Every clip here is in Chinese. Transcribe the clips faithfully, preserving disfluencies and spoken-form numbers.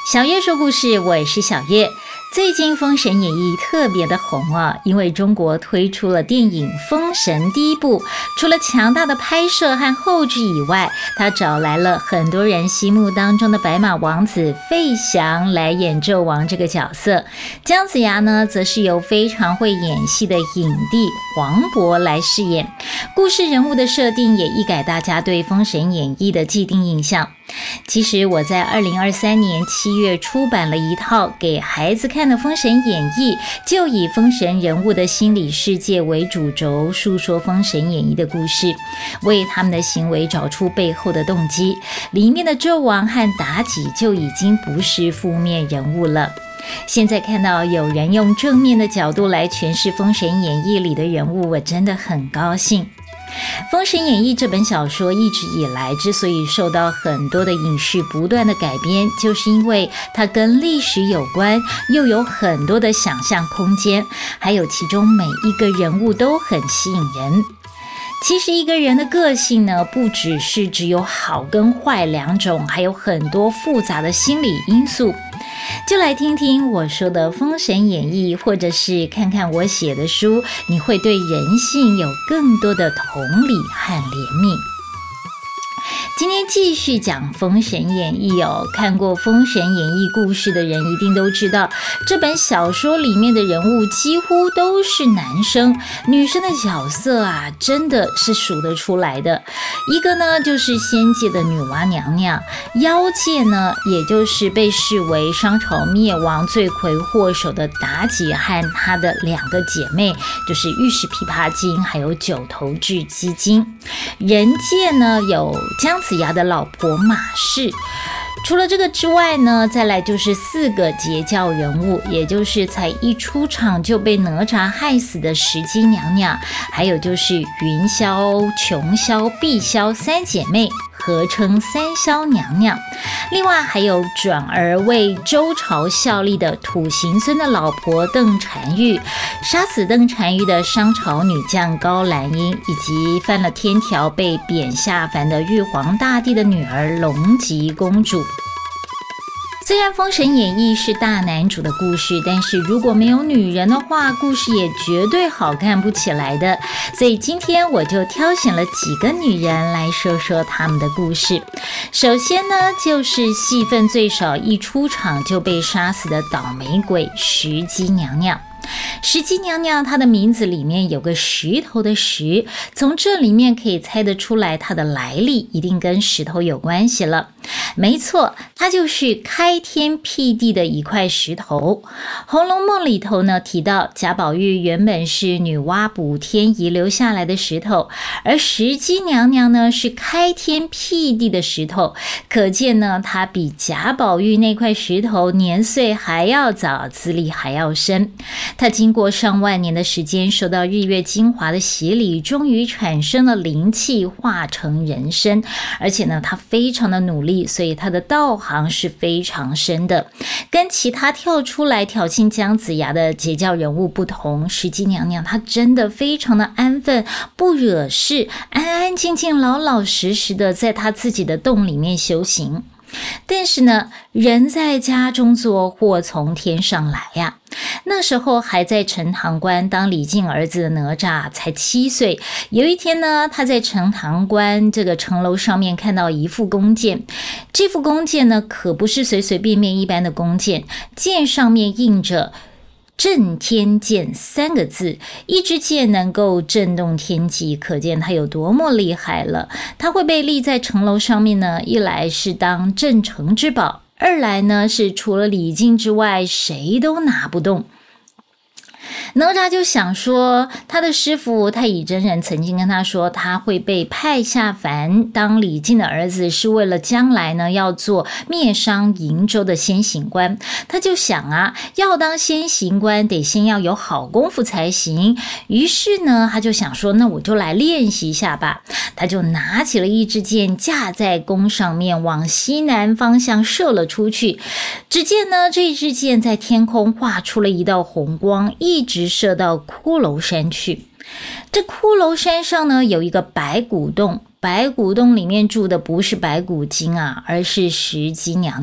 小月说故事，我是小月。最近《封神演义》特别的红啊，因为中国推出了电影《封神》第一部，除了强大的拍摄和后制以外，他找来了很多人心目当中的白马王子费翔来演纣王这个角色，姜子牙呢，则是由非常会演戏的影帝黄渤来饰演。故事人物的设定也一改大家对《封神演义》的既定印象。其实我在二零二三年七月出版了一套给孩子看的《封神演义》，就以封神人物的心理世界为主轴，述说《封神演义》的故事，为他们的行为找出背后的动机。里面的纣王和妲己就已经不是负面人物了。现在看到有人用正面的角度来诠释《封神演义》里的人物，我真的很高兴。《封神演义》这本小说一直以来之所以受到很多的影视不断的改编，就是因为它跟历史有关，又有很多的想象空间，还有其中每一个人物都很吸引人。其实一个人的个性呢，不只是只有好跟坏两种，还有很多复杂的心理因素。就来听听我说的《封神演义》，或者是看看我写的书，你会对人性有更多的同理和怜悯。今天继续讲《封神演义》哦，看过《封神演义》故事的人一定都知道，这本小说里面的人物几乎都是男生，女生的角色啊，真的是数得出来的。一个呢，就是仙界的女娲娘娘；妖界呢，也就是被视为商朝灭亡罪魁祸首的妲己和她的两个姐妹，就是玉石琵琶精还有九头雉鸡精。人界呢，有姜子牙的老婆马氏。除了这个之外呢，再来就是四个截教人物，也就是才一出场就被哪吒害死的石矶娘娘，还有就是云霄、琼霄、碧霄三姐妹，合称三霄娘娘。另外还有转而为周朝效力的土行孙的老婆邓婵玉，杀死邓婵玉的商朝女将高兰英，以及犯了天条被贬下凡的玉皇大帝的女儿龙吉公主。虽然《封神演义》是大男主的故事，但是如果没有女人的话，故事也绝对好看不起来的。所以今天我就挑选了几个女人来说说她们的故事。首先呢，就是戏份最少，一出场就被杀死的倒霉鬼石矶娘娘。石矶娘娘她的名字里面有个石头的石，从这里面可以猜得出来她的来历一定跟石头有关系了。没错，它就是开天辟地的一块石头。《红楼梦》里头呢提到，贾宝玉原本是女娲补天遗留下来的石头，而石矶娘娘呢是开天辟地的石头，可见呢她比贾宝玉那块石头年岁还要早，资历还要深。她经过上万年的时间，受到日月精华的洗礼，终于产生了灵气，化成人身。而且呢，她非常的努力，所以她的道行是非常深的。跟其他跳出来挑衅姜子牙的截教人物不同，石矶娘娘她真的非常的安分，不惹事，安安静静、老老实实的在她自己的洞里面修行。但是呢，人在家中坐，祸从天上来呀。那时候还在陈塘关当李靖儿子的哪吒才七岁。有一天呢，他在陈塘关这个城楼上面看到一副弓箭，这副弓箭呢可不是随随便便一般的弓箭，箭上面印着震天剑三个字，一支箭能够震动天际，可见它有多么厉害了。它会被立在城楼上面呢，一来是当镇城之宝，二来呢是除了李靖之外谁都拿不动。哪吒就想说，他的师父太乙真人曾经跟他说，他会被派下凡当李靖的儿子，是为了将来呢要做灭商瀛州的先行官。他就想啊，要当先行官得先要有好功夫才行。于是呢，他就想说，那我就来练习一下吧。他就拿起了一支箭，架在弓上面，往西南方向射了出去。只见呢，这支箭在天空画出了一道红光，一直射到骷髅山去。这骷髅山上呢，有一个白骨洞，白骨洞里面住的不是白骨精啊，而是石矶娘娘。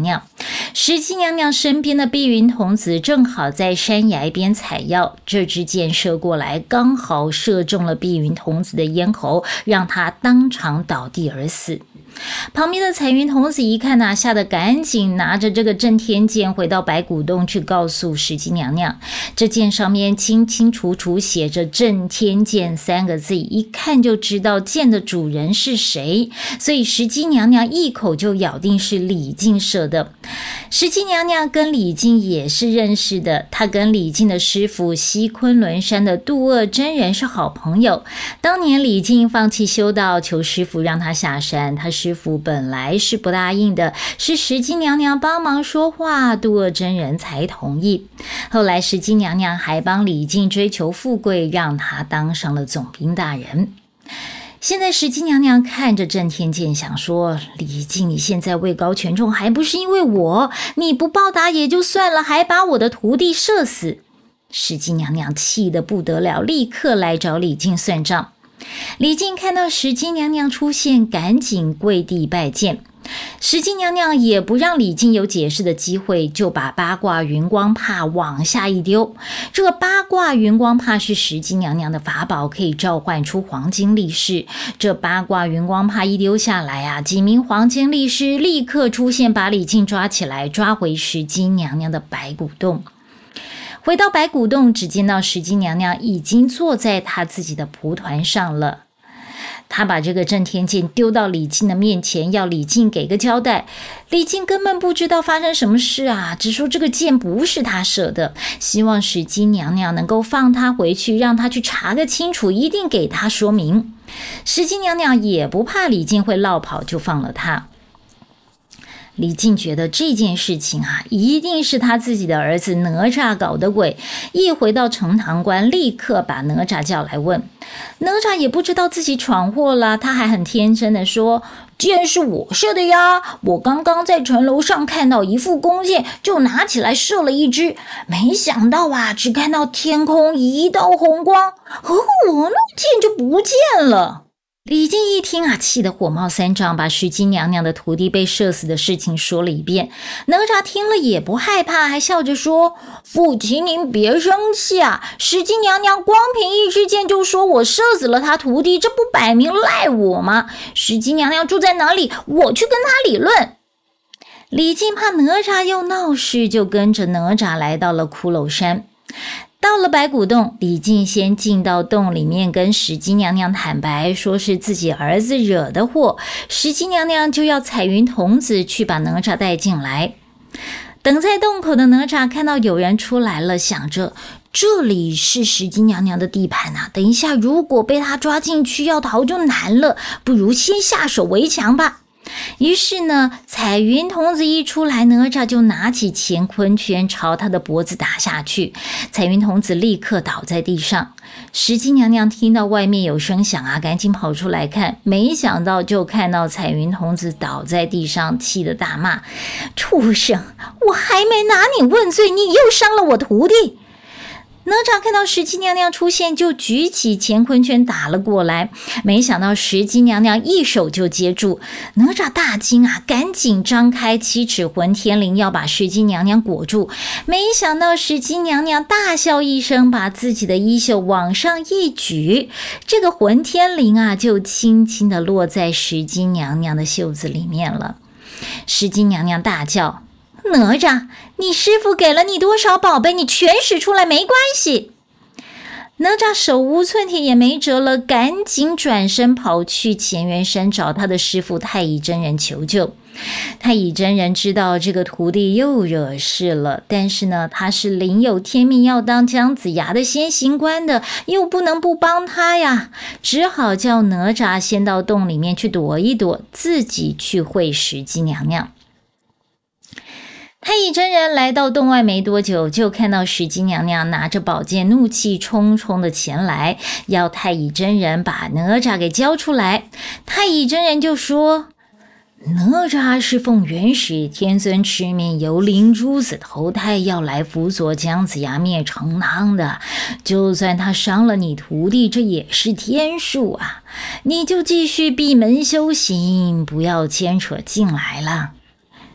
石矶娘娘身边的碧云童子正好在山崖边采药，这支箭射过来，刚好射中了碧云童子的咽喉，让她当场倒地而死。旁边的彩云童子一看啊，吓得赶紧拿着这个震天剑回到白骨洞去告诉石矶娘娘。这剑上面清清楚楚写着震天剑三个字，一看就知道剑的主人是谁，所以石矶娘娘一口就咬定是李靖射的。石矶娘娘跟李靖也是认识的，她跟李靖的师父西昆仑山的渡厄真人是好朋友。当年李靖放弃修道，求师父让他下山，他师父本来是不答应的，是石矶娘娘帮忙说话，渡厄真人才同意。后来石矶娘娘还帮李靖追求富贵，让他当上了总兵大人。现在石矶娘娘看着震天剑想说，李靖你现在位高权重，还不是因为我，你不报答也就算了，还把我的徒弟射死。石矶娘娘气得不得了，立刻来找李靖算账。李靖看到石矶娘娘出现，赶紧跪地拜见。石矶娘娘也不让李靖有解释的机会，就把八卦云光帕往下一丢。这个八卦云光帕是石矶娘娘的法宝，可以召唤出黄金力士。这八卦云光帕一丢下来啊，几名黄金力士立刻出现，把李靖抓起来，抓回石矶娘娘的白骨洞。回到白骨洞，只见到石矶娘娘已经坐在她自己的蒲团上了。他把这个震天剑丢到李靖的面前，要李靖给个交代。李靖根本不知道发生什么事啊，只说这个剑不是他射的，希望石矶娘娘能够放他回去，让他去查个清楚，一定给他说明。石矶娘娘也不怕李靖会落跑，就放了他。李靖觉得这件事情啊，一定是他自己的儿子哪吒搞的鬼。一回到成堂关，立刻把哪吒叫来问。哪吒也不知道自己闯祸了，他还很天真的说，箭是我射的呀，我刚刚在城楼上看到一副弓箭，就拿起来射了一支，没想到啊，只看到天空一道红光，哦，那箭就不见了。李靖一听啊，气得火冒三丈，把石矶娘娘的徒弟被射死的事情说了一遍。哪吒听了也不害怕，还笑着说，父亲您别生气啊，石矶娘娘光凭一支箭就说我射死了他徒弟，这不摆明赖我吗？石矶娘娘住在哪里，我去跟她理论。李靖怕哪吒又闹事，就跟着哪吒来到了骷髅山。到了白骨洞，李靖先进到洞里面跟石矶娘娘坦白，说是自己儿子惹的祸，石矶娘娘就要彩云童子去把哪吒带进来。等在洞口的哪吒看到有人出来了，想着这里是石矶娘娘的地盘啊，等一下如果被她抓进去要逃就难了，不如先下手为强吧。于是呢，彩云童子一出来，哪吒就拿起乾坤圈朝他的脖子打下去，彩云童子立刻倒在地上。石矶娘娘听到外面有声响啊，赶紧跑出来看，没想到就看到彩云童子倒在地上，气得大骂，畜生，我还没拿你问罪，你又伤了我徒弟。哪吒看到石矶娘娘出现，就举起乾坤圈打了过来，没想到石矶娘娘一手就接住，哪吒大惊啊，赶紧张开七尺混天绫要把石矶娘娘裹住，没想到石矶娘娘大笑一声，把自己的衣袖往上一举，这个混天绫啊就轻轻地落在石矶娘娘的袖子里面了。石矶娘娘大叫，哪吒，你师父给了你多少宝贝，你全使出来没关系。哪吒手无寸铁也没辙了，赶紧转身跑去乾元山找他的师父太乙真人求救。太乙真人知道这个徒弟又惹事了，但是呢，他是领有天命要当姜子牙的先行官的，又不能不帮他呀，只好叫哪吒先到洞里面去躲一躲，自己去会石矶娘娘。太乙真人来到洞外没多久，就看到石矶娘娘拿着宝剑，怒气冲冲的前来，要太乙真人把哪吒给交出来。太乙真人就说，哪吒是奉元始天尊敕命，由灵珠子投胎要来辅佐姜子牙灭成汤的，就算他伤了你徒弟，这也是天数啊，你就继续闭门修行，不要牵扯进来了。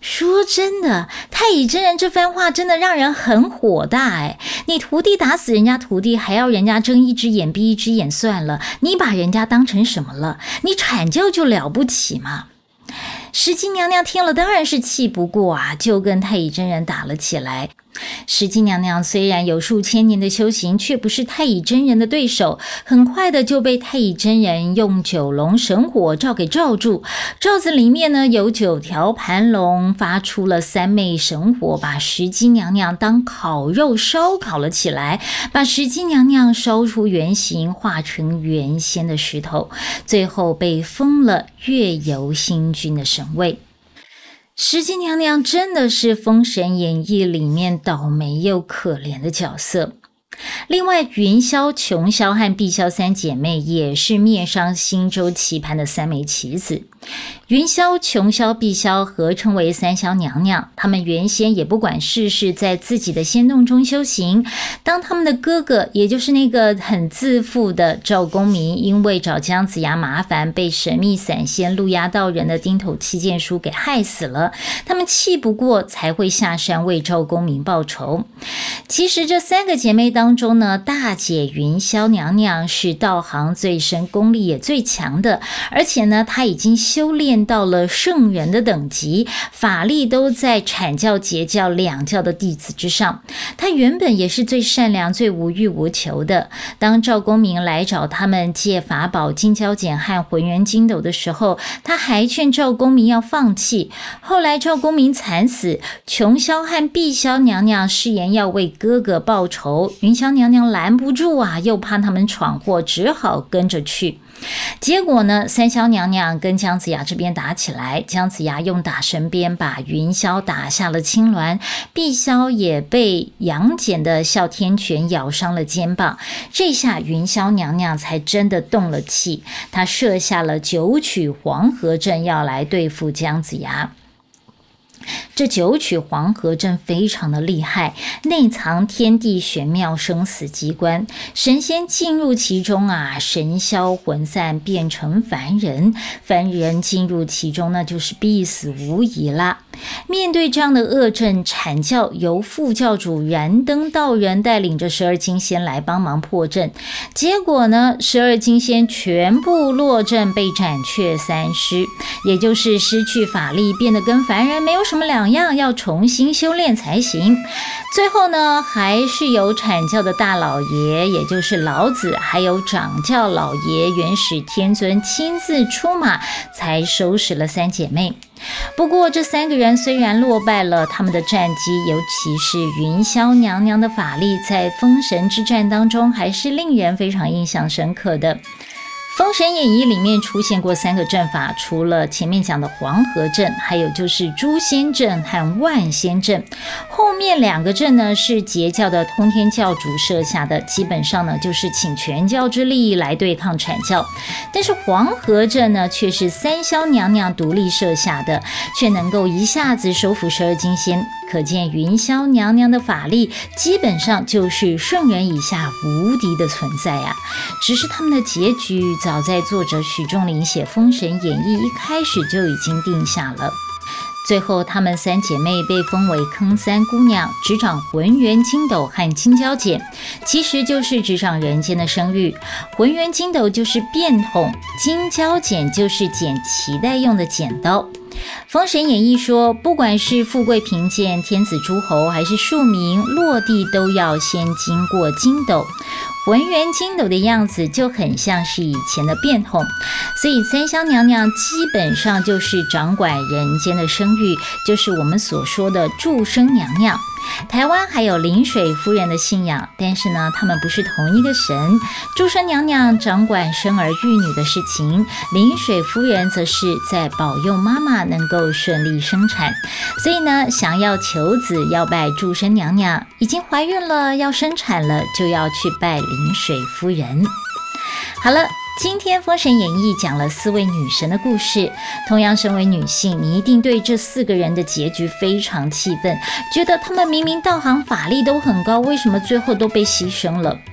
说真的，太乙真人这番话真的让人很火大哎！你徒弟打死人家徒弟，还要人家睁一只眼闭一只眼算了，你把人家当成什么了？你阐教就了不起嘛！石矶娘娘听了当然是气不过啊，就跟太乙真人打了起来。石矶娘娘虽然有数千年的修行，却不是太乙真人的对手，很快的就被太乙真人用九龙神火罩给罩住。罩子里面呢有九条盘龙，发出了三昧神火，把石矶娘娘当烤肉烧烤了起来，把石矶娘娘烧出原形，化成原先的石头，最后被封了月游星君的神位。石矶娘娘真的是《封神演义》里面倒霉又可怜的角色。另外，云霄、琼霄和碧霄三姐妹也是面上星洲棋盘的三枚棋子。云霄、琼霄、碧霄合称为三霄娘娘，他们原先也不管世事，在自己的仙洞中修行。当他们的哥哥，也就是那个很自负的赵公明，因为找姜子牙麻烦，被神秘散仙路亚道人的钉头七剑书给害死了，他们气不过，才会下山为赵公明报仇。其实这三个姐妹当中呢，大姐云霄娘娘是道行最深，功力也最强的，而且呢，她已经修炼到了圣人的等级，法力都在阐教、截教两教的弟子之上。她原本也是最善良、最无欲无求的。当赵公明来找他们借法宝金蛟剪和浑元筋斗的时候，他还劝赵公明要放弃。后来赵公明惨死，琼霄和碧霄娘娘誓言要为哥哥报仇，云霄娘娘拦不住啊，又怕他们闯祸，只好跟着去。结果呢，三霄娘娘跟姜子牙这边打起来，姜子牙用打神鞭把云霄打下了青鸾，碧霄也被杨戬的哮天犬咬伤了肩膀。这下云霄娘娘才真的动了气，她设下了九曲黄河阵要来对付姜子牙。这九曲黄河阵非常的厉害，内藏天地玄妙生死机关，神仙进入其中啊，神消魂散，变成凡人，凡人进入其中那就是必死无疑啦。面对这样的恶阵，阐教由副教主燃灯道人带领着十二金仙来帮忙破阵，结果呢，十二金仙全部落阵，被斩却三尸，也就是失去法力，变得跟凡人没有什么两样，要重新修炼才行。最后呢，还是由阐教的大老爷，也就是老子，还有掌教老爷元始天尊亲自出马，才收拾了三姐妹。不过这三个人虽然落败了，他们的战绩，尤其是云霄娘娘的法力，在封神之战当中还是令人非常印象深刻的。封神演义里面出现过三个阵法，除了前面讲的黄河阵，还有就是诛仙阵和万仙阵。后面两个阵呢是截教的通天教主设下的，基本上呢就是请全教之力来对抗阐教。但是黄河阵呢却是三霄娘娘独立设下的，却能够一下子收服十二金仙。可见云霄娘娘的法力基本上就是圣人以下无敌的存在啊！只是他们的结局早在作者许仲林写《封神演义》一开始就已经定下了。最后她们三姐妹被封为坑三姑娘，执掌浑元筋斗和金蛟剪，其实就是执掌人间的生育。浑元筋斗就是便桶，金蛟剪就是剪脐带用的剪刀。封神演义说，不管是富贵贫贱、天子诸侯还是庶民，落地都要先经过筋斗。浑元筋斗的样子就很像是以前的便桶，所以三霄娘娘基本上就是掌管人间的生育，就是我们所说的祝生娘娘。台湾还有临水夫人的信仰，但是呢，他们不是同一个神。祝生娘娘掌管生儿育女的事情，临水夫人则是在保佑妈妈能够顺利生产。所以呢，想要求子要拜祝生娘娘，已经怀孕了要生产了就要去拜临水夫人。好了，今天《封神演义》讲了四位女神的故事，同样身为女性，你一定对这四个人的结局非常气愤，觉得她们明明道行法力都很高，为什么最后都被牺牲了？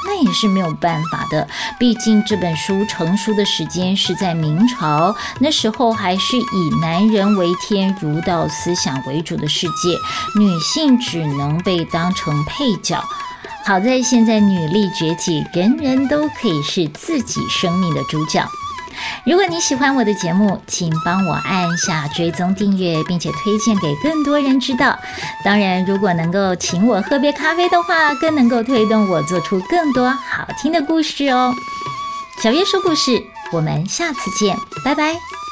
那也是没有办法的，毕竟这本书成书的时间是在明朝，那时候还是以男人为天、儒道思想为主的世界，女性只能被当成配角。好在现在女力崛起，人人都可以是自己生命的主角。如果你喜欢我的节目，请帮我按下追踪订阅，并且推荐给更多人知道。当然，如果能够请我喝杯咖啡的话，更能够推动我做出更多好听的故事哦。小月说故事，我们下次见，拜拜。